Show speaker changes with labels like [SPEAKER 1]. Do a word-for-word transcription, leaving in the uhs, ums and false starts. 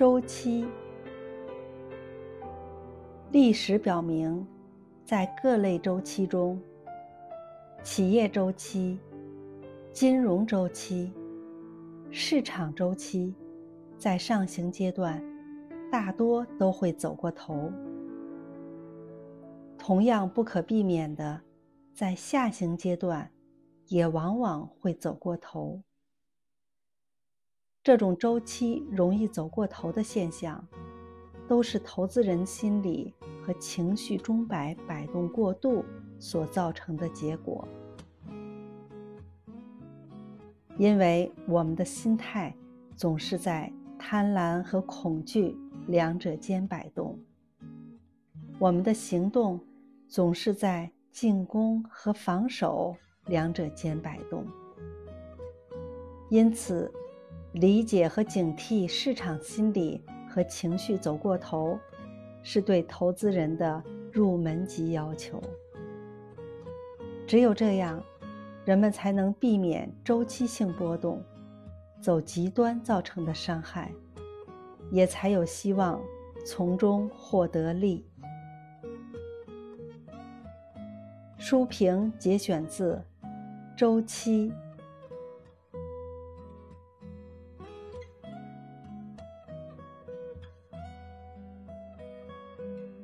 [SPEAKER 1] 周期。历史表明，在各类周期中，企业周期、金融周期、市场周期在上行阶段大多都会走过头。同样不可避免的，在下行阶段也往往会走过头。这种周期容易走过头的现象，都是投资人心理和情绪钟摆摆动过度所造成的结果。因为我们的心态总是在贪婪和恐惧两者间摆动，我们的行动总是在进攻和防守两者间摆动。因此，理解和警惕市场心理和情绪走过头，是对投资人的入门级要求。只有这样，人们才能避免周期性波动、走极端造成的伤害，也才有希望从中获得利。书评节选自《周期》。